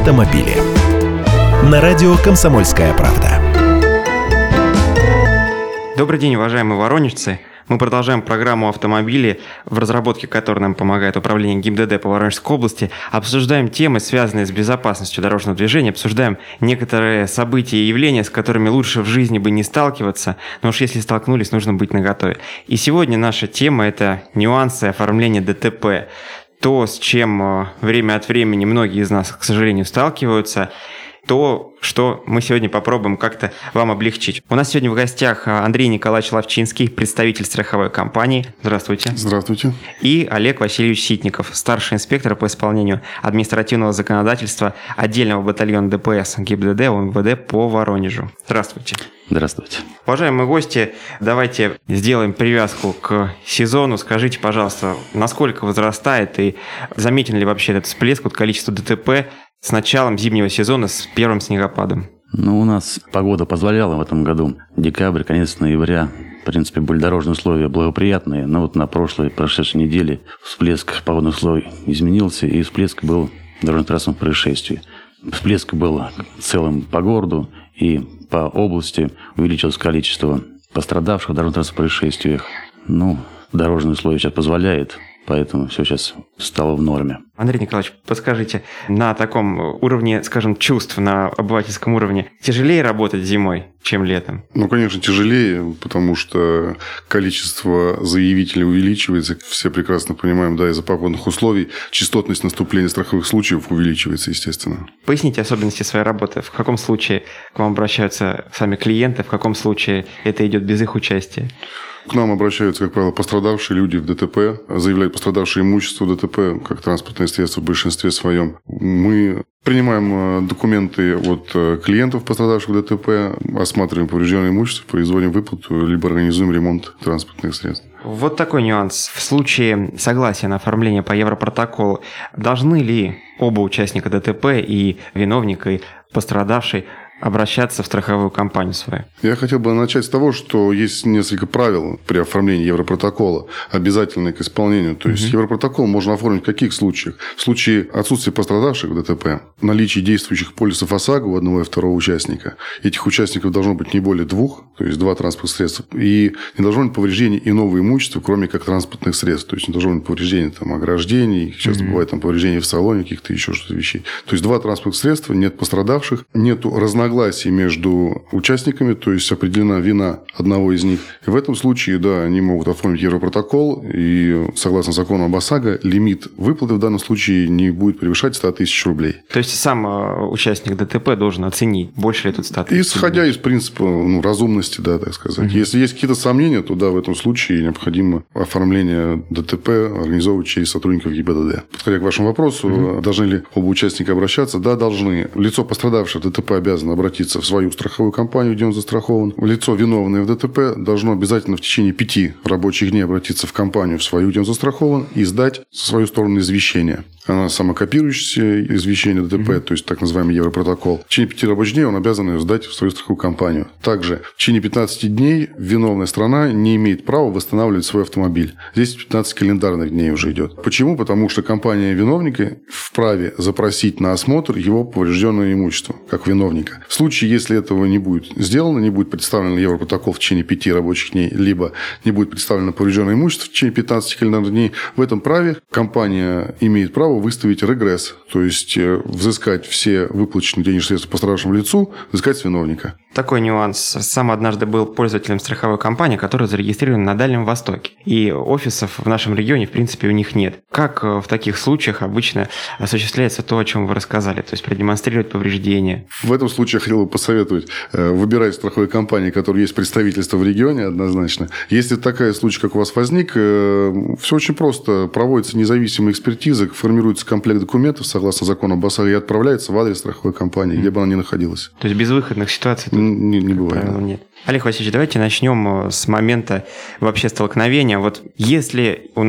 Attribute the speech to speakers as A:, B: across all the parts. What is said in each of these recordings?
A: автомобили. На радио «Комсомольская правда».
B: Добрый день, уважаемые воронежцы. Мы продолжаем программу «Автомобили», в разработке которой нам помогает управление ГИБДД по Воронежской области. Обсуждаем темы, связанные с безопасностью дорожного движения, обсуждаем некоторые события и явления, с которыми лучше в жизни бы не сталкиваться, но уж если столкнулись, нужно быть наготове. И сегодня наша тема – это нюансы оформления ДТП. То, с чем время от времени многие из нас, к сожалению, сталкиваются, то, что мы сегодня попробуем как-то вам облегчить. У нас сегодня в гостях Андрей Николаевич Ловчинский, представитель страховой компании. Здравствуйте.
C: Здравствуйте.
B: И Олег Васильевич Ситников, старший инспектор по исполнению административного законодательства отдельного батальона ДПС ГИБДД УМВД по Воронежу. Здравствуйте.
D: Здравствуйте.
B: Уважаемые гости, давайте сделаем привязку к сезону. Скажите, пожалуйста, насколько возрастает и заметен ли вообще этот всплеск, количество ДТП с началом зимнего сезона, с первым снегопадом?
D: У нас погода позволяла в этом году. Декабрь, конец ноября. В принципе, были дорожные условия благоприятные. Но на прошедшей неделе всплеск погодных условий изменился, и всплеск был в дорожно-трассовом происшествии. Всплеск был целым по городу, и по области увеличилось количество пострадавших в дорожно-трассовых происшествиях. Дорожные условия сейчас позволяют, поэтому все сейчас стало в норме.
B: Андрей Николаевич, подскажите, на таком уровне, скажем, чувств, на обывательском уровне, тяжелее работать зимой, чем летом?
C: Конечно, тяжелее, потому что количество заявителей увеличивается. Все прекрасно понимаем, из-за погодных условий частотность наступления страховых случаев увеличивается, естественно.
B: Поясните особенности своей работы. В каком случае к вам обращаются сами клиенты, в каком случае это идет без их участия?
C: К нам обращаются, как правило, пострадавшие люди в ДТП, заявляют пострадавшее имущество в ДТП, как транспортное средство в большинстве своем. Мы принимаем документы от клиентов, пострадавших в ДТП, осматриваем поврежденное имущество, производим выплату, либо организуем ремонт транспортных средств.
B: Вот такой нюанс. В случае согласия на оформление по Европротоколу, должны ли оба участника ДТП, и виновник, и пострадавший, обращаться в страховую компанию свою? Я
C: хотел бы начать с того, что есть несколько правил при оформлении Европротокола, обязательные к исполнению. То есть, Европротокол можно оформить в каких случаях? В случае отсутствия пострадавших в ДТП, наличии действующих полисов ОСАГО у одного и второго участника. Этих участников должно быть не более двух, то есть 2 транспортных средства. И не должно быть повреждений иного имущества, кроме как транспортных средств. То есть, не должно быть повреждений ограждений, часто бывает повреждения в салоне, каких-то еще что-то вещей. То есть, 2 транспортных средства, нет пострадавших, нету разногласий между участниками, то есть определена вина одного из них. И в этом случае, они могут оформить Европротокол, и согласно закону об ОСАГО, лимит выплаты в данном случае не будет превышать 100 тысяч рублей.
B: То есть сам участник ДТП должен оценить, больше ли тут 100 тысяч?
C: Исходя из принципа разумности, так сказать. Если есть какие-то сомнения, то в этом случае необходимо оформление ДТП организовывать через сотрудников ГИБДД. Подходя к вашему вопросу, должны ли оба участника обращаться? Да, должны. Лицо, пострадавшее в ДТП, обязано обратиться в свою страховую компанию, где он застрахован. Лицо, виновное в ДТП, должно обязательно в течение 5 рабочих дней обратиться в компанию, в свою, где он застрахован, и сдать со свою сторону извещение. Она самокопирующееся извещение ДТП, то есть так называемый Европротокол. В течение 5 рабочих дней он обязан ее сдать в свою страховую компанию. Также в течение 15 дней виновная сторона не имеет права восстанавливать свой автомобиль. Здесь 15 календарных дней уже идет. Почему? Потому что компания виновника вправе запросить на осмотр его поврежденное имущество, как виновника. В случае, если этого не будет сделано, не будет представлен Европротокол в течение 5 рабочих дней, либо не будет представлено поврежденное имущество в течение 15 календарных дней, в этом праве компания имеет право выставить регресс, то есть взыскать все выплаченные денежные средства пострадавшему лицу, взыскать с виновника.
B: Такой нюанс. Сам однажды был пользователем страховой компании, которая зарегистрирована на Дальнем Востоке. И офисов в нашем регионе, в принципе, у них нет. Как в таких случаях обычно осуществляется то, о чем вы рассказали? То есть продемонстрировать повреждения?
C: В этом случае я хотел бы посоветовать выбирать страховые компании, которые есть представительство в регионе однозначно. Если такой случай, как у вас возник, все очень просто. Проводится независимая экспертиза, формируется комплект документов согласно закону об ОСАГО и отправляется в адрес страховой компании, где бы она ни находилась.
B: То есть безвыходных ситуаций тут
C: не бывает.
B: Нет. Олег Васильевич, давайте начнем с момента вообще столкновения. Вот если у нас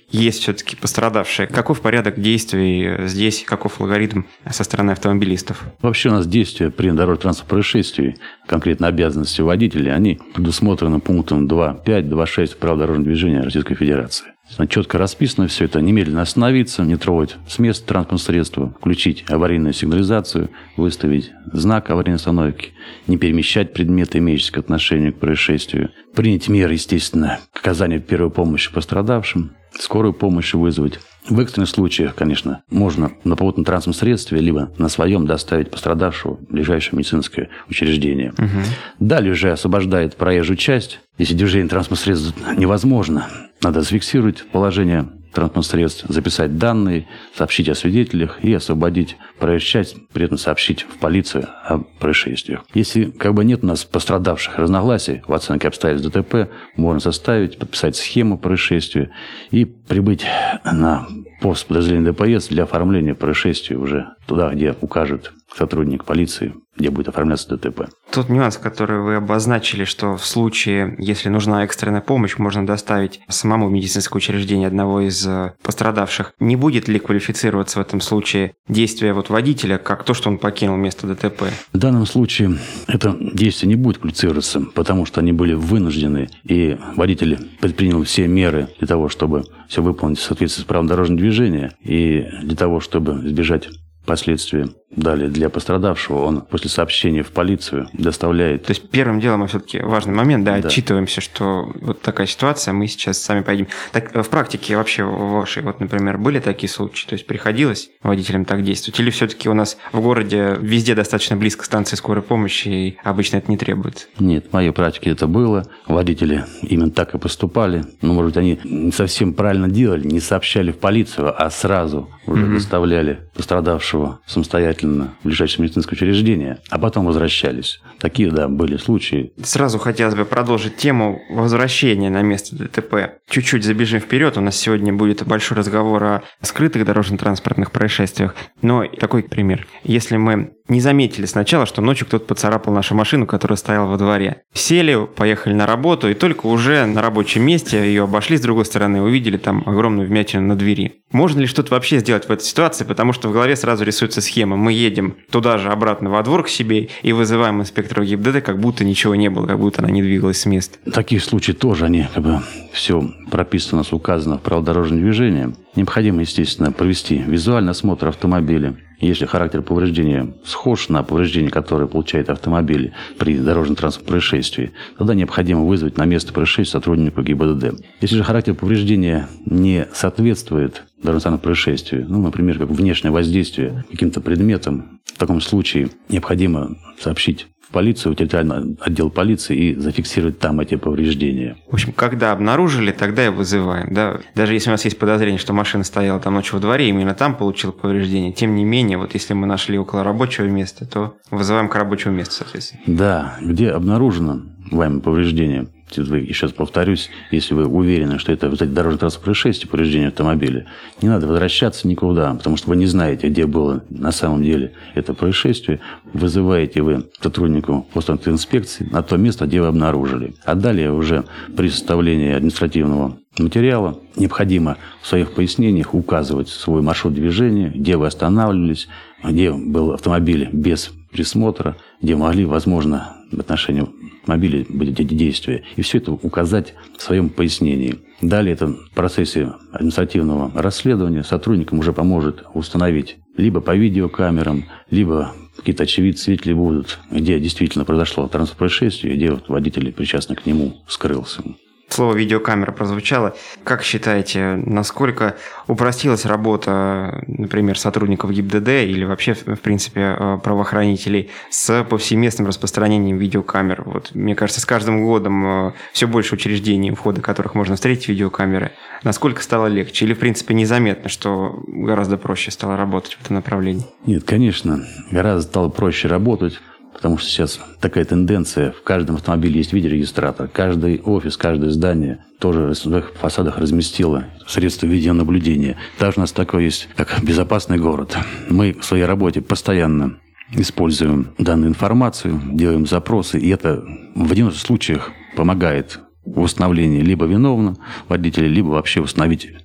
B: есть все-таки пострадавшие. Каков порядок действий здесь, каков алгоритм со стороны автомобилистов?
D: Вообще у нас действия при дорожно-транспортных происшествиях, конкретно обязанности водителей, они предусмотрены пунктом 2.5, 2.6 правил дорожного движения Российской Федерации. Четко расписано все это. Немедленно остановиться, не трогать с места транспортное средство, включить аварийную сигнализацию, выставить знак аварийной остановки, не перемещать предметы, имеющиеся к отношению к происшествию, принять меры, естественно, к оказанию первой помощи пострадавшим, скорую помощь вызвать. В экстренных случаях, конечно, можно на попутном транспортном средстве либо на своем доставить пострадавшего в ближайшее медицинское учреждение. Далее уже освобождает проезжую часть. Если движение транспортных средств невозможно, надо зафиксировать положение транспортных средств, записать данные, сообщить о свидетелях и освободить проезжую часть, при этом сообщить в полицию о происшествиях. Если нет у нас пострадавших разногласий в оценке обстоятельств ДТП, можно составить, подписать схему происшествия и прибыть на пост подразделения ДПС для оформления происшествия уже туда, где укажет сотрудник полиции, где будет оформляться ДТП.
B: Тот нюанс, который вы обозначили, что в случае, если нужна экстренная помощь, можно доставить самому в медицинское учреждение одного из пострадавших. Не будет ли квалифицироваться в этом случае действие водителя как то, что он покинул место ДТП?
D: В данном случае это действие не будет квалифицироваться, потому что они были вынуждены, и водитель предпринял все меры для того, чтобы все выполнить в соответствии с правилом дорожного движения, и для того, чтобы избежать последствия. Далее, для пострадавшего он после сообщения в полицию доставляет...
B: То есть первым делом мы все-таки важный момент, отчитываемся, что вот такая ситуация, мы сейчас сами поедем. Так, в практике вообще вашей, например, были такие случаи? То есть приходилось водителям так действовать? Или все-таки у нас в городе везде достаточно близко станции скорой помощи, и обычно это не требуется?
D: Нет, в моей практике это было. Водители именно так и поступали. Но, может быть, они не совсем правильно делали, не сообщали в полицию, а сразу уже доставляли пострадавшего самостоятельно в ближайшее медицинское учреждение, а потом возвращались. Такие, были случаи.
B: Сразу хотелось бы продолжить тему возвращения на место ДТП. Чуть-чуть забежим вперед. У нас сегодня будет большой разговор о скрытых дорожно-транспортных происшествиях. Но такой пример. Если мы не заметили сначала, что ночью кто-то поцарапал нашу машину, которая стояла во дворе. Сели, поехали на работу, и только уже на рабочем месте ее обошли с другой стороны и увидели там огромную вмятину на двери. Можно ли что-то вообще сделать в этой ситуации? Потому что в голове сразу рисуется схема. Мы едем туда же обратно во двор к себе и вызываем инспекторов ГИБДД, как будто ничего не было, как будто она не двигалась с места.
D: Такие случаи тоже, они все прописано, указано в правилах дорожного движения. Необходимо, естественно, провести визуальный осмотр автомобиля. Если характер повреждения схож на повреждение, которое получает автомобиль при дорожно-транспортном происшествии, тогда необходимо вызвать на место происшествия сотрудника ГИБДД. Если же характер повреждения не соответствует дорожно-транспортному происшествию, например, как внешнее воздействие каким-то предметом, в таком случае необходимо сообщить в полицию, в территориальный отдел полиции и зафиксировать там эти повреждения.
B: В общем, когда обнаружили, тогда и вызываем. Да? Даже если у нас есть подозрение, что машина стояла там ночью во дворе, именно там получила повреждение, тем не менее, если мы нашли около рабочего места, то вызываем к рабочему месту, соответственно.
D: Да, где обнаружено вами повреждение, еще раз повторюсь, если вы уверены, что это дорожно-транспортное происшествие, повреждение автомобиля, не надо возвращаться никуда, потому что вы не знаете, где было на самом деле это происшествие. Вызываете вы сотруднику инспекции на то место, где вы обнаружили. А далее уже при составлении административного материала необходимо в своих пояснениях указывать свой маршрут движения, где вы останавливались, где был автомобиль без присмотра, где могли, возможно, в отношении автомобиля быть эти действия. И все это указать в своем пояснении. Далее это в процессе административного расследования сотрудникам уже поможет установить либо по видеокамерам, либо какие-то очевидцы, свидетели будут, где действительно произошло транспортное происшествие, где водитель, причастный к нему, скрылся.
B: Слово «видеокамера» прозвучало. Как считаете, насколько упростилась работа, например, сотрудников ГИБДД или вообще, в принципе, правоохранителей с повсеместным распространением видеокамер? Мне кажется, с каждым годом все больше учреждений, у входа которых можно встретить видеокамеры. Насколько стало легче? Или, в принципе, незаметно, что гораздо проще стало работать в этом направлении?
D: Нет, конечно, гораздо стало проще работать. Потому что сейчас такая тенденция, в каждом автомобиле есть видеорегистратор. Каждый офис, каждое здание тоже в своих фасадах разместило средства видеонаблюдения. Также у нас такой есть, как «Безопасный город». Мы в своей работе постоянно используем данную информацию, делаем запросы, и это в 90 случаях помогает в установлении либо виновного водителя, либо вообще установить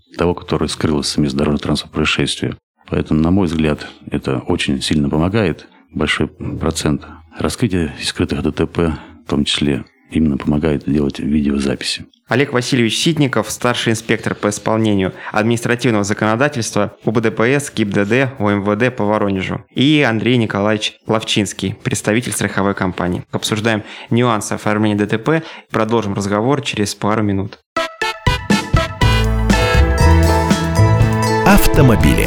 D: того, который скрылся с места дорожно-транспортного происшествия. Поэтому, на мой взгляд, это очень сильно помогает. Большой процент раскрытия скрытых ДТП, в том числе, именно помогает делать видеозаписи.
B: Олег Васильевич Ситников, старший инспектор по исполнению административного законодательства УБДПС, ГИБДД, ОМВД по Воронежу. И Андрей Николаевич Ловчинский, представитель страховой компании. Обсуждаем нюансы оформления ДТП. Продолжим разговор через пару минут.
A: Автомобили.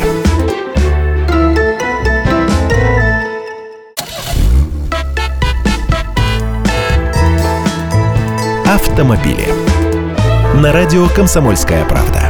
A: Автомобили. На радио «Комсомольская правда».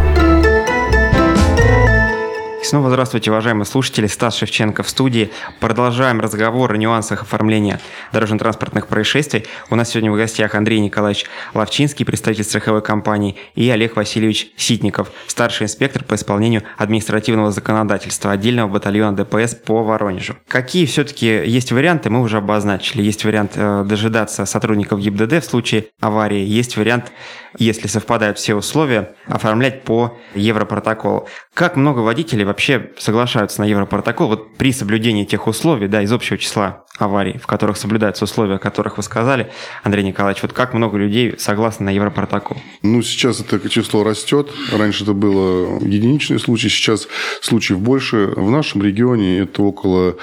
B: Снова здравствуйте, уважаемые слушатели. Стас Шевченко в студии. Продолжаем разговор о нюансах оформления дорожно-транспортных происшествий. У нас сегодня в гостях Андрей Николаевич Ловчинский, представитель страховой компании, и Олег Васильевич Ситников, старший инспектор по исполнению административного законодательства отдельного батальона ДПС по Воронежу. Какие все-таки есть варианты, мы уже обозначили. Есть вариант дожидаться сотрудников ГИБДД в случае аварии. Есть вариант, если совпадают все условия, оформлять по Европротоколу. Как много водителей вообще соглашаются на Европротокол вот при соблюдении тех условий, да, из общего числа аварий, в которых соблюдаются условия, о которых вы сказали, Андрей Николаевич, вот как много людей согласны на Европротокол?
C: Сейчас это число растет. Раньше это было единичные случаи, сейчас случаев больше. В нашем регионе это около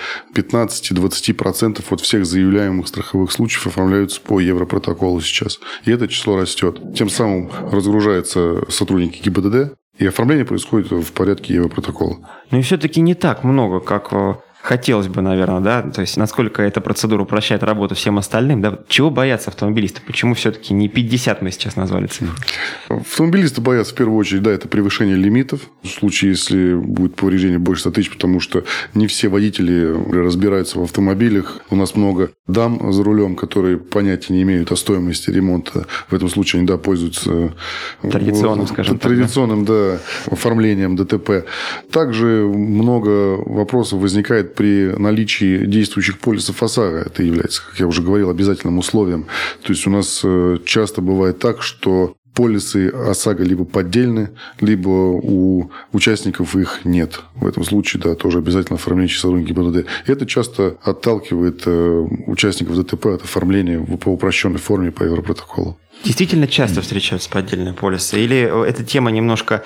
C: 15-20% от всех заявляемых страховых случаев оформляются по Европротоколу сейчас. И это число растет. Тем самым разгружаются сотрудники ГИБДД, и оформление происходит в порядке Европротокола.
B: И все-таки не так много, как хотелось бы, наверное, да? То есть, насколько эта процедура упрощает работу всем остальным, да? Чего боятся автомобилисты? Почему все-таки не 50 мы сейчас назвали цифру?
C: Автомобилисты боятся, в первую очередь, да, это превышение лимитов. В случае, если будет повреждение больше 100 тысяч, потому что не все водители разбираются в автомобилях. У нас много дам за рулем, которые понятия не имеют о стоимости ремонта. В этом случае они, да, пользуются
B: традиционным, скажем так.
C: Традиционным, да, оформлением ДТП. Также много вопросов возникает при наличии действующих полисов ОСАГО. Это является, как я уже говорил, обязательным условием. То есть, у нас часто бывает так, что полисы ОСАГО либо поддельны, либо у участников их нет. В этом случае, да, тоже обязательно оформление через сотрудники ГИБДД. И это часто отталкивает участников ДТП от оформления по упрощенной форме по Европротоколу.
B: Действительно часто встречаются поддельные полисы? Или эта тема немножко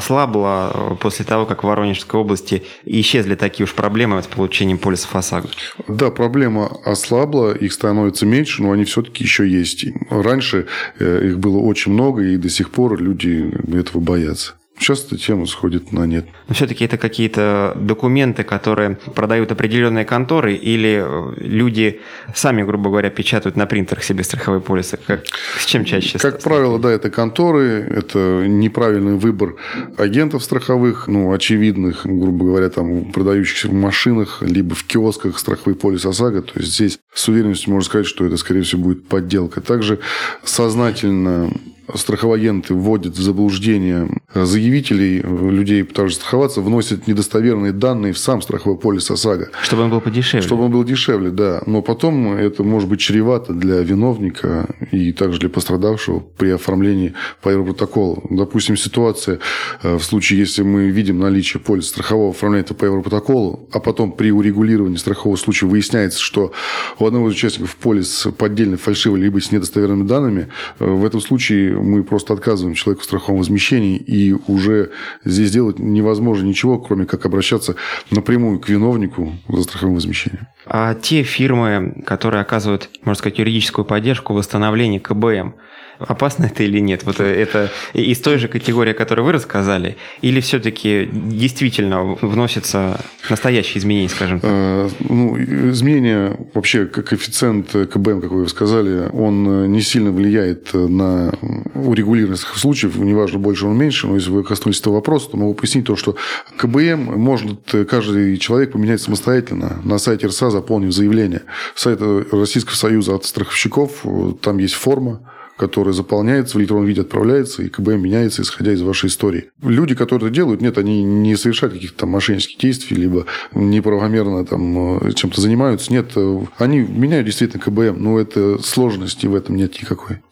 B: ослабла после того, как в Воронежской области исчезли такие уж проблемы с получением полисов ОСАГО? Да,
C: проблема ослабла, их становится меньше, но они все-таки еще есть. Раньше их было очень много, и до сих пор люди этого боятся. Сейчас эта тема сходит на нет.
B: Но все-таки это какие-то документы, которые продают определенные конторы, или люди сами, грубо говоря, печатают на принтерах себе страховые полисы? С чем чаще?
C: Как правило, да, это конторы, это неправильный выбор агентов страховых, очевидных, грубо говоря, там, продающихся в машинах, либо в киосках страховой полис ОСАГО. То есть, здесь с уверенностью можно сказать, что это, скорее всего, будет подделка. Также сознательно страховагенты вводят в заблуждение заявителей, людей, пытавшихся страховаться, вносят недостоверные данные в сам страховой полис ОСАГО.
B: Чтобы он был подешевле.
C: Чтобы он был дешевле, да. Но потом это может быть чревато для виновника и также для пострадавшего при оформлении по Европротоколу. Допустим, ситуация в случае, если мы видим наличие полиса страхового, оформляется по Европротоколу, а потом при урегулировании страхового случая выясняется, что у одного из участников полис поддельный, фальшивый, либо с недостоверными данными, в этом случае мы просто отказываем человеку в страховом возмещении, и уже здесь делать невозможно ничего, кроме как обращаться напрямую к виновнику за страховым возмещением.
B: А те фирмы, которые оказывают, можно сказать, юридическую поддержку в восстановлении КБМ, опасно это или нет? Вот это из той же категории, о которой вы рассказали, или все-таки действительно вносятся настоящие изменения, скажем так?
C: Изменения, вообще, коэффициент КБМ, как вы сказали, он не сильно влияет на урегулированность случаев, неважно, больше он меньше, но если вы коснулись этого вопроса, то могу пояснить то, что КБМ может каждый человек поменять самостоятельно на сайте РСА, заполнив заявление. Сайт Российского союза автостраховщиков, там есть форма, которая заполняется, в электронном виде отправляется, и КБМ меняется, исходя из вашей истории. Люди, которые это делают, нет, они не совершают каких-то там мошеннических действий, либо неправомерно там чем-то занимаются. Нет, они меняют действительно КБМ, но это сложности в этом нет никакой.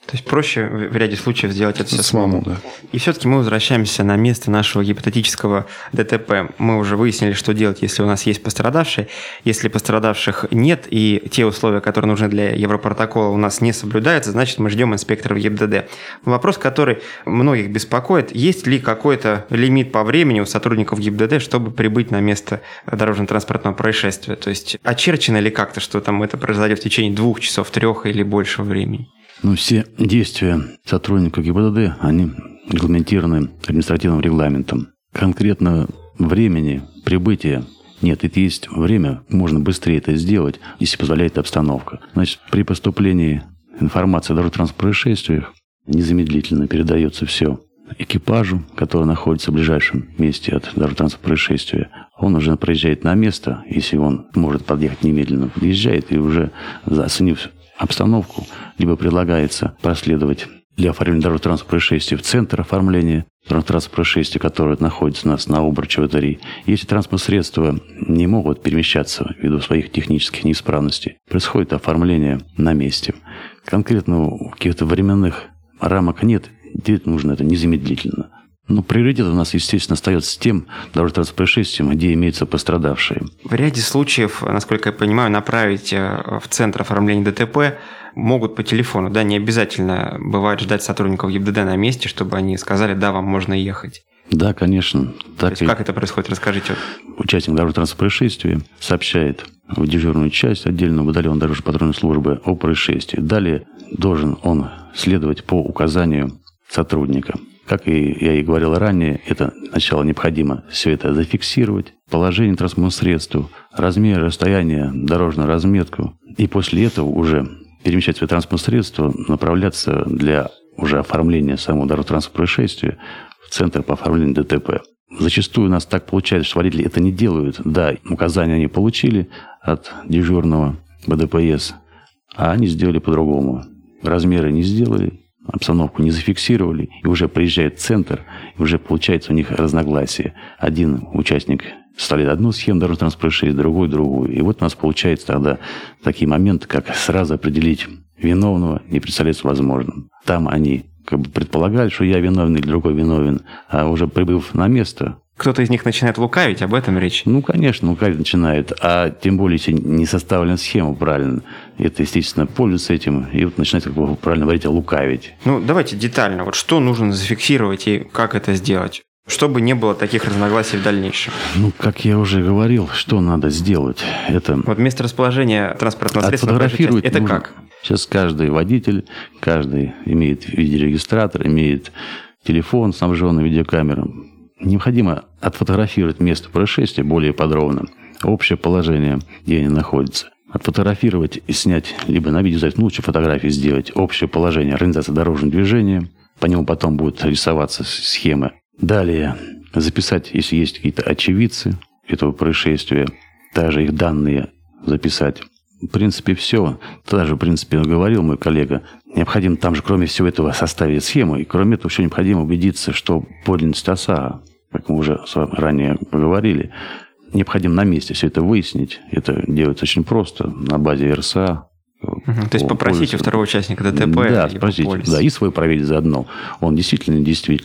B: То есть проще в ряде случаев сделать это все
C: самому, да.
B: И все-таки мы возвращаемся на место нашего гипотетического ДТП. Мы уже выяснили, что делать, если у нас есть пострадавшие. Если пострадавших нет и те условия, которые нужны для Европротокола, у нас не соблюдаются, значит, мы ждем инспекторов ГИБДД. Вопрос, который многих беспокоит, есть ли какой-то лимит по времени у сотрудников ГИБДД, чтобы прибыть на место дорожно-транспортного происшествия? То есть очерчено ли как-то, что там это произойдет в течение 2 часов, 3 или большего времени?
D: Ну, все действия сотрудников ГИБДД, они регламентированы административным регламентом. Конкретно времени прибытия нет. Это есть время, можно быстрее это сделать, если позволяет обстановка. Значит, при поступлении информации о дорожно-транспортных происшествиях незамедлительно передается все экипажу, который находится в ближайшем месте от дорожно-транспортного происшествия. Он уже проезжает на место, если он может подъехать немедленно, подъезжает и уже, оценив обстановку, либо предлагается проследовать для оформления дорожно-транспортного происшествия в центр оформления дорожно-транспортного происшествия, который находится у нас на Обручево-3. Если транспортные средства не могут перемещаться ввиду своих технических неисправностей, происходит оформление на месте. Конкретно каких-то временных рамок нет, делать нужно это незамедлительно. Но приоритет у нас, естественно, остается с тем дорожно-транспортным происшествием, где имеются пострадавшие.
B: В ряде случаев, насколько я понимаю, направить в центр оформления ДТП могут по телефону. Да, не обязательно бывает ждать сотрудников ГИБДД на месте, чтобы они сказали, да, вам можно ехать.
D: Да, конечно.
B: То есть как это происходит? Расскажите.
D: Участник дорожно-транспортного происшествия сообщает в дежурную часть отдельно удаленной дорожно-патрульной службы о происшествии. Далее должен он следовать по указанию сотрудника. Как и я и говорил ранее, это сначала необходимо все это зафиксировать, положение транспортного средства, размер, расстояние, дорожную разметку. И после этого уже перемещать свои транспортные средства, направляться для уже оформления самого дорожно-транспортного происшествия в центр по оформлению ДТП. Зачастую у нас так получается, что водители это не делают. Да, указания они получили от дежурного БДПС, а они сделали по-другому. Размеры не сделали, обстановку не зафиксировали, и уже приезжает в центр, и уже получается у них разногласие. Один участник составляет одну схему дорожно-транспортного происшествия, другой другую. И вот у нас получается тогда такие моменты, как сразу определить виновного, не представляется возможным. Там они как бы предполагали, что я виновен или другой виновен, а уже прибыв на место...
B: Кто-то из них начинает лукавить, об этом речь?
D: Ну, конечно, лукавить начинает. А тем более, если не составлена схема правильно, это, естественно, пользуется этим, и вот начинает, как вы правильно говорите, лукавить.
B: Ну, давайте детально. Вот что нужно зафиксировать и как это сделать, чтобы не было таких разногласий в дальнейшем?
D: Ну, как я уже говорил, что надо сделать? Это...
B: Вот место расположения транспортного средства...
D: Отфотографировать
B: это
D: нужно.
B: как?
D: Сейчас каждый водитель, каждый имеет видеорегистратор, имеет телефон, снабженный видеокамерой. Необходимо отфотографировать место происшествия более подробно, общее положение, где они находятся. Отфотографировать и снять, либо на видеозапись, лучше фотографии сделать, общее положение организации дорожного движения. По нему потом будут рисоваться схемы. Далее записать, если есть какие-то очевидцы этого происшествия, также их данные записать. В принципе, все. Также, в принципе, говорил мой коллега, необходимо там же, кроме всего этого, составить схему, и кроме этого, еще необходимо убедиться, что подлинность ОСАГО, как мы уже ранее поговорили, необходимо на месте все это выяснить. Это делается очень просто, на базе РСА.
B: То есть попросить у второго участника ДТП.
D: Да, спросить, да, и свой проверить заодно. Он действительно.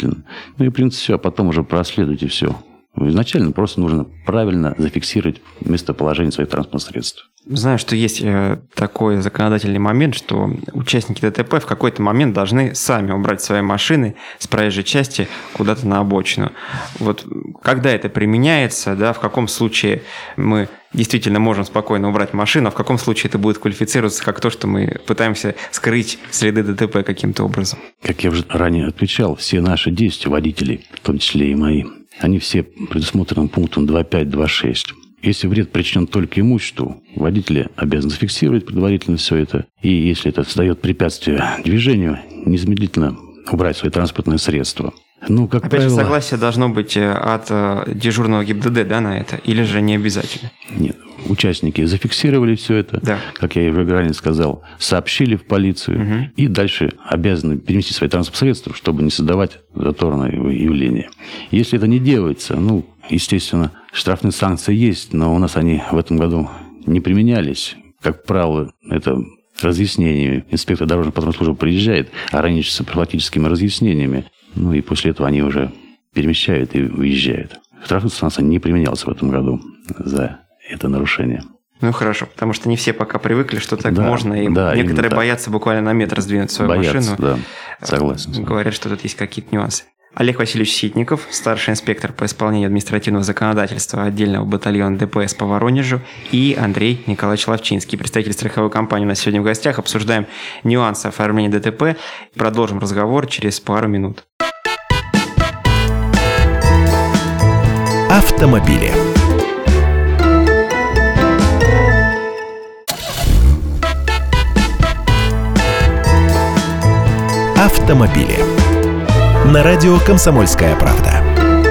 D: Ну и, в принципе, все, а потом уже проследуйте все. Изначально просто нужно правильно зафиксировать местоположение своих транспортных средств.
B: Знаю, что есть такой законодательный момент, что участники ДТП в какой-то момент должны сами убрать свои машины с проезжей части куда-то на обочину. Вот когда это применяется, да, в каком случае мы действительно можем спокойно убрать машину, а в каком случае это будет квалифицироваться как то, что мы пытаемся скрыть следы ДТП каким-то образом?
D: Как я уже ранее отвечал, все наши действия водителей, в том числе и мои, они все предусмотрены пунктом 2.5.2.6. Если вред причинен только имуществу, водители обязаны зафиксировать предварительно все это. И если это создает препятствие движению, незамедлительно убрать свои транспортные средства. Ну, как
B: Опять
D: правило...
B: же, согласие должно быть от дежурного ГИБДД, да, на это? Или же не обязательно?
D: Нет. Участники зафиксировали все это,
B: да.
D: Как я уже ранее сказал, сообщили в полицию и дальше обязаны перенести свои транспортные средства, чтобы не создавать заторное явление. Если это не делается, ну, естественно, штрафные санкции есть, но у нас они в этом году не применялись. Как правило, это разъяснениями. Инспектор дорожно-патрульной службы приезжает, ограничивается профилактическими разъяснениями, и после этого они уже перемещают и уезжают. Штрафной санкции не применялся в этом году за это нарушение.
B: Ну, хорошо, потому что не все пока привыкли, что так можно, и
D: да,
B: некоторые боятся буквально на метр сдвинуть свою машину.
D: Да, согласен.
B: Говорят, что тут есть какие-то нюансы. Олег Васильевич Ситников, старший инспектор по исполнению административного законодательства отдельного батальона ДПС по Воронежу, и Андрей Николаевич Ловчинский, представитель страховой компании у нас сегодня в гостях. Обсуждаем нюансы оформления ДТП. Продолжим разговор через пару минут.
A: Автомобили. Автомобили. На радио «Комсомольская правда».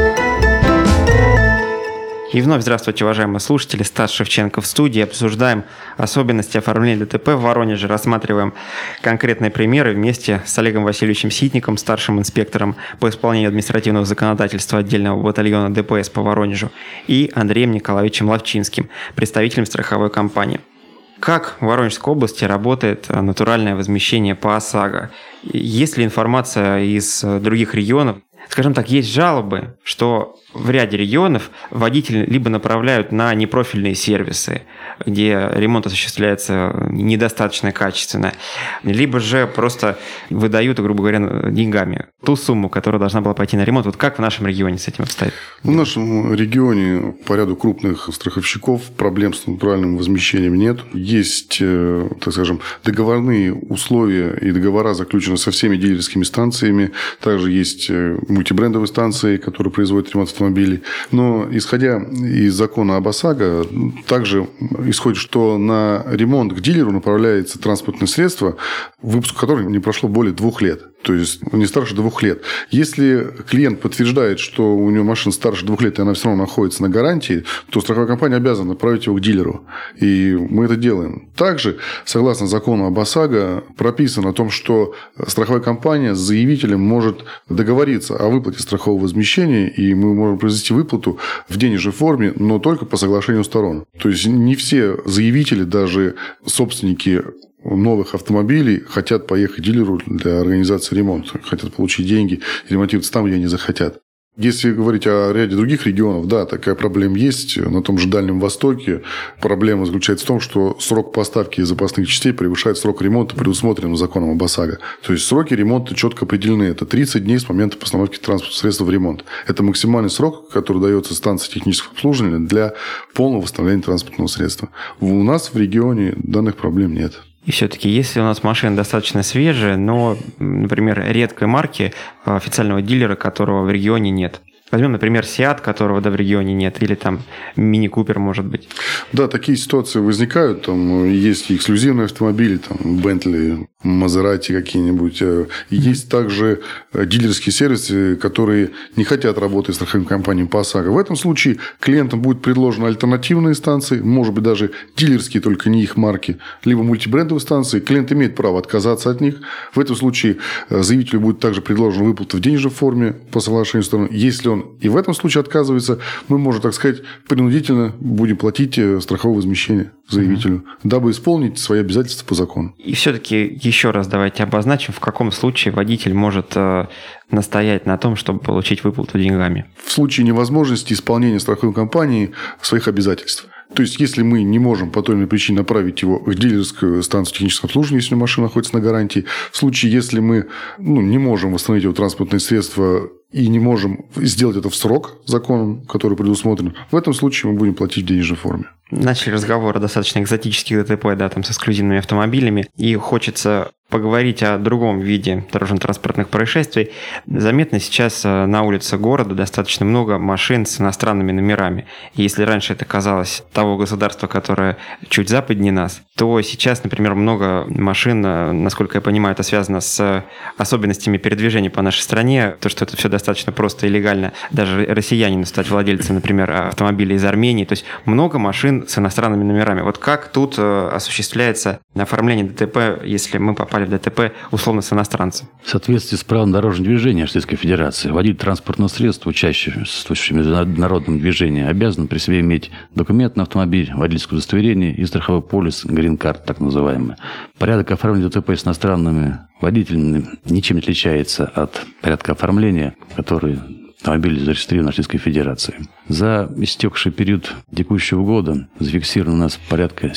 B: И вновь здравствуйте, уважаемые слушатели. Стас Шевченко в студии. Обсуждаем особенности оформления ДТП в Воронеже. Рассматриваем конкретные примеры вместе с Олегом Васильевичем Ситником, старшим инспектором по исполнению административного законодательства отдельного батальона ДПС по Воронежу, и Андреем Николаевичем Ловчинским, представителем страховой компании. Как в Воронежской области работает натуральное возмещение по ОСАГО? Есть ли информация из других регионов? Скажем так, есть жалобы, что в ряде регионов водители либо направляют на непрофильные сервисы, где ремонт осуществляется недостаточно качественно, либо же просто выдают, грубо говоря, деньгами ту сумму, которая должна была пойти на ремонт. Вот как в нашем регионе с этим обстоит?
C: В нашем регионе по ряду крупных страховщиков проблем с натуральным возмещением нет. Есть, так скажем, договорные условия и договора заключены со всеми дилерскими станциями. Также есть мультибрендовые станции, которые производят ремонт автомобилей. Но, исходя из закона об ОСАГО, также исходит, что на ремонт к дилеру направляется транспортное средство, выпуск которого не прошло более 2 лет. То есть не старше 2 лет. Если клиент подтверждает, что у него машина старше 2 лет, и она все равно находится на гарантии, то страховая компания обязана направить его к дилеру. И мы это делаем. Также, согласно закону об ОСАГО, прописано о том, что страховая компания с заявителем может договориться о выплате страхового возмещения, и мы можем произвести выплату в денежной форме, но только по соглашению сторон. То есть не все заявители, даже собственники новых автомобилей хотят поехать к дилеру для организации ремонта, хотят получить деньги и ремонтироваться там, где они захотят. Если говорить о ряде других регионов, да, такая проблема есть. На том же Дальнем Востоке проблема заключается в том, что срок поставки запасных частей превышает срок ремонта, предусмотренным законом об ОСАГО. То есть сроки ремонта четко определены. Это 30 дней с момента постановки транспортного средства в ремонт. Это максимальный срок, который дается станции технического обслуживания для полного восстановления транспортного средства. У нас в регионе данных проблем нет.
B: И все-таки, если у нас машина достаточно свежая, но, например, редкой марки официального дилера, которого в регионе нет. Возьмем, например, Seat, которого в регионе нет, или там Mini Cooper, может быть.
C: Да, такие ситуации возникают. Там есть и эксклюзивные автомобили, там Bentley, Maserati какие-нибудь. Есть также дилерские сервисы, которые не хотят работать с страховыми компаниями по ОСАГО. В этом случае клиентам будет предложены альтернативные станции, может быть, даже дилерские, только не их марки, либо мультибрендовые станции. Клиент имеет право отказаться от них. В этом случае заявителю будет также предложена выплата в денежной форме по соглашению сторон. Если он и в этом случае отказывается, мы, можно так сказать, принудительно будем платить страховое возмещение заявителю, дабы исполнить свои обязательства по закону.
B: И все-таки еще раз давайте обозначим, в каком случае водитель может настоять на том, чтобы получить выплату деньгами.
C: В случае невозможности исполнения страховой компанией своих обязательств. То есть, если мы не можем по той или иной причине направить его в дилерскую станцию технического обслуживания, если машина находится на гарантии, в случае, если мы не можем восстановить его транспортное средство и не можем сделать это в срок законом, который предусмотрен, в этом случае мы будем платить в денежной форме.
B: Начали разговор о достаточно экзотических ДТП, да, там с эксклюзивными автомобилями, и хочется поговорить о другом виде дорожно-транспортных происшествий. Заметно сейчас на улице города достаточно много машин с иностранными номерами. И если раньше это казалось того государства, которое чуть западнее нас, то сейчас, например, много машин, насколько я понимаю, это связано с особенностями передвижения по нашей стране, то, что это все достаточно просто и легально. Даже россиянину стать владельцем, например, автомобиля из Армении. То есть много машин с иностранными номерами. Вот как тут осуществляется оформление ДТП, если мы попали попали в ДТП условно с иностранцем?
D: В соответствии с правилом дорожного движения Российской Федерации, водитель транспортного средства, участвующий в международном движении, обязан при себе иметь документ на автомобиль, водительское удостоверение и страховой полис, грин-карт так называемый. Порядок оформления ДТП с иностранными водителями ничем не отличается от порядка оформления, который автомобиль зарегистрирован в Российской Федерации. За истекший период текущего года зафиксировано у нас порядка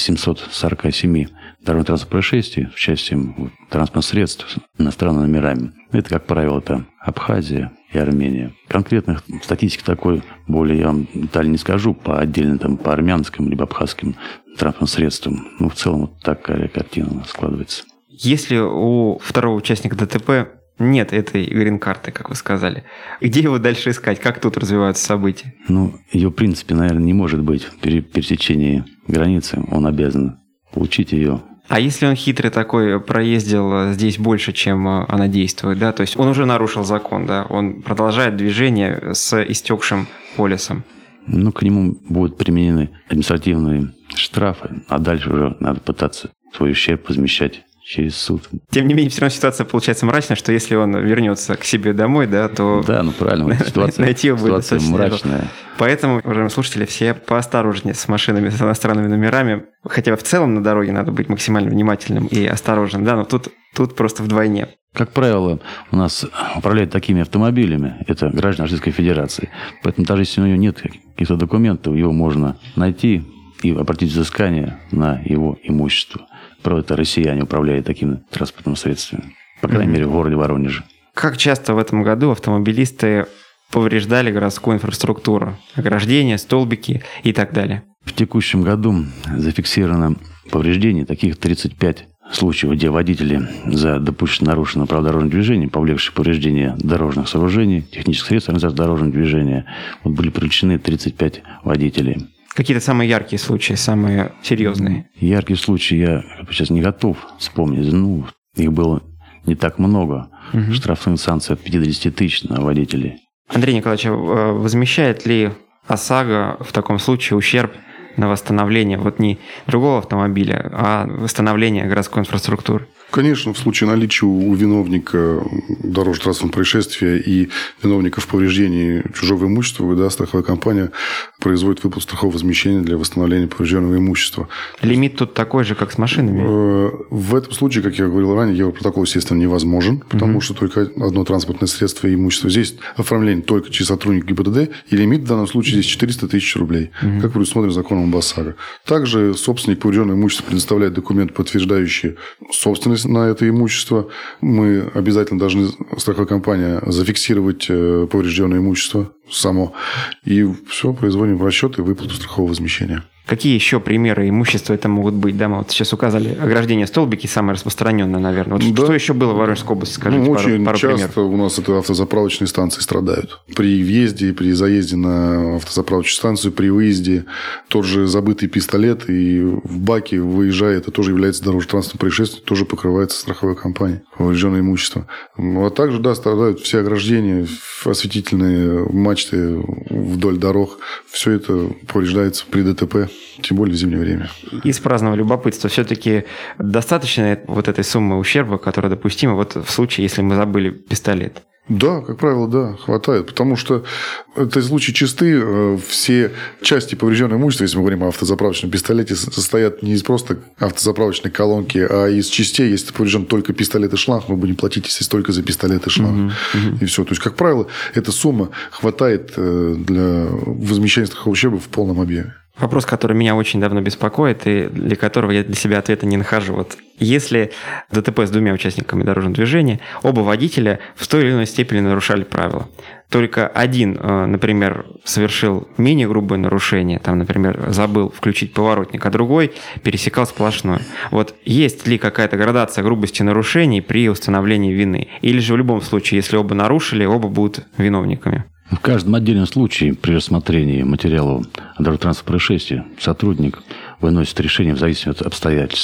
D: 747 дорожно-транспортных происшествий с участием транспортных средств с иностранными номерами. Это, как правило, это Абхазия и Армения. Конкретных статистики такой более я вам детально не скажу по отдельно по армянским либо абхазским транспортным средствам. В целом вот такая картина у нас складывается.
B: Если у второго участника ДТП нет этой грин-карты, как вы сказали, где его дальше искать? Как тут развиваются события?
D: Ее, в принципе, наверное, не может быть при пересечении границы. Он обязан получить ее.
B: А если он хитрый такой, проездил здесь больше, чем она действует, да? То есть он уже нарушил закон, да? Он продолжает движение с истекшим полисом.
D: К нему будут применены административные штрафы, а дальше уже надо пытаться свой ущерб возмещать через суд.
B: Тем не менее, все равно ситуация получается мрачная, что если он вернется к себе домой, да, то...
D: Да, правильно.
B: Найти его будет
D: ситуация мрачная.
B: Поэтому, уважаемые слушатели, все поосторожнее с машинами с иностранными номерами. Хотя в целом на дороге надо быть максимально внимательным и осторожным, да, но тут просто вдвойне.
D: Как правило, у нас управляют такими автомобилями, это граждане Российской Федерации. Поэтому даже если у него нет каких-то документов, его можно найти и обратить взыскание на его имущество. Правда, это россияне управляют такими транспортными средствами. По крайней мере, в городе Воронеже.
B: Как часто в этом году автомобилисты повреждали городскую инфраструктуру? Ограждения, столбики и так далее.
D: В текущем году зафиксировано повреждений таких 35 случаев, где водители за допущенное нарушенное право дорожного движения, повлекшие повреждения дорожных сооружений, технических средств организации дорожного движения, были привлечены 35 водителей.
B: Какие-то самые яркие случаи, самые серьезные?
D: Яркие случаи я сейчас не готов вспомнить. Их было не так много. Штрафные санкции от 50 тысяч на водителей.
B: Андрей Николаевич, возмещает ли ОСАГО в таком случае ущерб на восстановление не другого автомобиля, а восстановление городской инфраструктуры?
C: Конечно, в случае наличия у виновника дорожно-транспортного происшествия и виновников повреждений чужого имущества, страховая компания производит выплату страхового возмещения для восстановления поврежденного имущества.
B: Лимит тут такой же, как с машинами?
C: В этом случае, как я говорил ранее, европротокол, естественно, невозможен, потому что только одно транспортное средство и имущество. Здесь оформление только через сотрудника ГИБДД, и лимит в данном случае здесь 400 тысяч рублей, как предусмотрено законом об ОСАГО. Также собственник поврежденного имущества предоставляет документ, подтверждающий собственность на это имущество. Мы обязательно должны, страховая компания, зафиксировать поврежденное имущество само. И все, производим расчет и выплату страхового возмещения.
B: Какие еще примеры имущества это могут быть? Да, мы сейчас указали ограждение, столбики, самое распространенное, наверное. Что еще было в Воронежской области? Скажите
C: очень
B: пару
C: часто
B: примеров.
C: У нас это автозаправочные станции страдают. При въезде, при заезде на автозаправочную станцию, при выезде тот же забытый пистолет и в баке выезжает, это тоже является дорожно-транспортным происшествием, тоже покрывается страховой компанией, поврежденное имущество. А также, страдают все ограждения, осветительные мачты вдоль дорог. Все это повреждается при ДТП. Тем более в зимнее время.
B: Из праздного любопытства все-таки достаточно этой суммы ущерба, которая допустима в случае, если мы забыли пистолет?
C: Да, как правило, хватает. Потому что это случаи чисты. Все части поврежденного имущества, если мы говорим о автозаправочном пистолете, состоят не из просто автозаправочной колонки, а из частей. Если поврежден только пистолет и шланг, мы будем платить, если только за пистолет и шланг. И все. То есть, как правило, эта сумма хватает для возмещения страхового ущерба в полном объеме.
B: Вопрос, который меня очень давно беспокоит, и для которого я для себя ответа не нахожу. Если ДТП с двумя участниками дорожного движения, оба водителя в той или иной степени нарушали правила. Только один, например, совершил менее грубое нарушение, например, забыл включить поворотник, а другой пересекал сплошной. Есть ли какая-то градация грубости нарушений при установлении вины? Или же в любом случае, если оба нарушили, оба будут виновниками?
D: В каждом отдельном случае при рассмотрении материалов о дорожно-транспортном происшествии сотрудник выносит решение в зависимости от обстоятельств.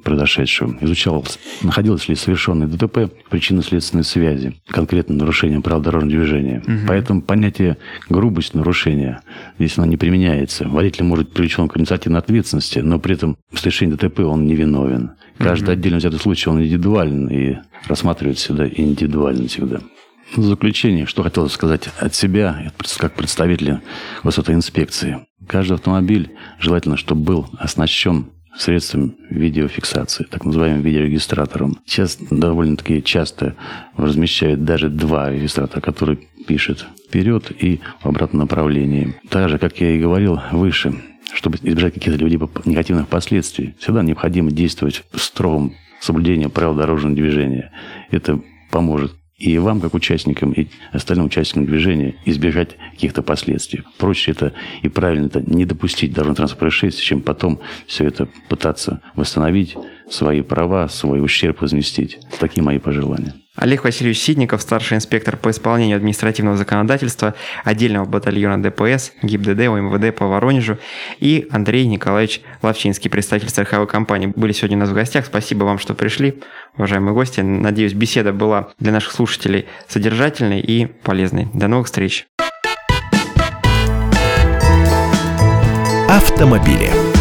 D: произошедшего, изучал, находилось ли совершенное ДТП причинно-следственной связи, конкретно нарушением правил дорожного движения. Поэтому понятие грубость нарушения, здесь оно не применяется. Водитель может быть привлечен к административной ответственности, но при этом в совершении ДТП он не виновен. Каждый отдельно взятый случай, он индивидуален и рассматривается всегда индивидуально всегда. В заключение, что хотелось сказать от себя, как представителя госавтоинспекции. Каждый автомобиль желательно, чтобы был оснащен средством видеофиксации, так называемым видеорегистратором. Сейчас довольно-таки часто размещают даже 2 регистратора, которые пишут вперед и в обратном направлении. Так же, как я и говорил выше, чтобы избежать каких-либо негативных последствий, всегда необходимо действовать в строгом соблюдении правил дорожного движения. Это поможет и вам, как участникам, и остальным участникам движения избежать каких-то последствий. Проще это и правильно это не допустить дорожно-транспортных происшествий, чем потом все это пытаться восстановить, свои права, свой ущерб возместить. Такие мои пожелания.
B: Олег Васильевич Ситников, старший инспектор по исполнению административного законодательства отдельного батальона ДПС ГИБДД УМВД по Воронежу, и Андрей Николаевич Ловчинский, представитель страховой компании, были сегодня у нас в гостях. Спасибо вам, что пришли, уважаемые гости. Надеюсь, беседа была для наших слушателей содержательной и полезной. До новых встреч.
A: Автомобили.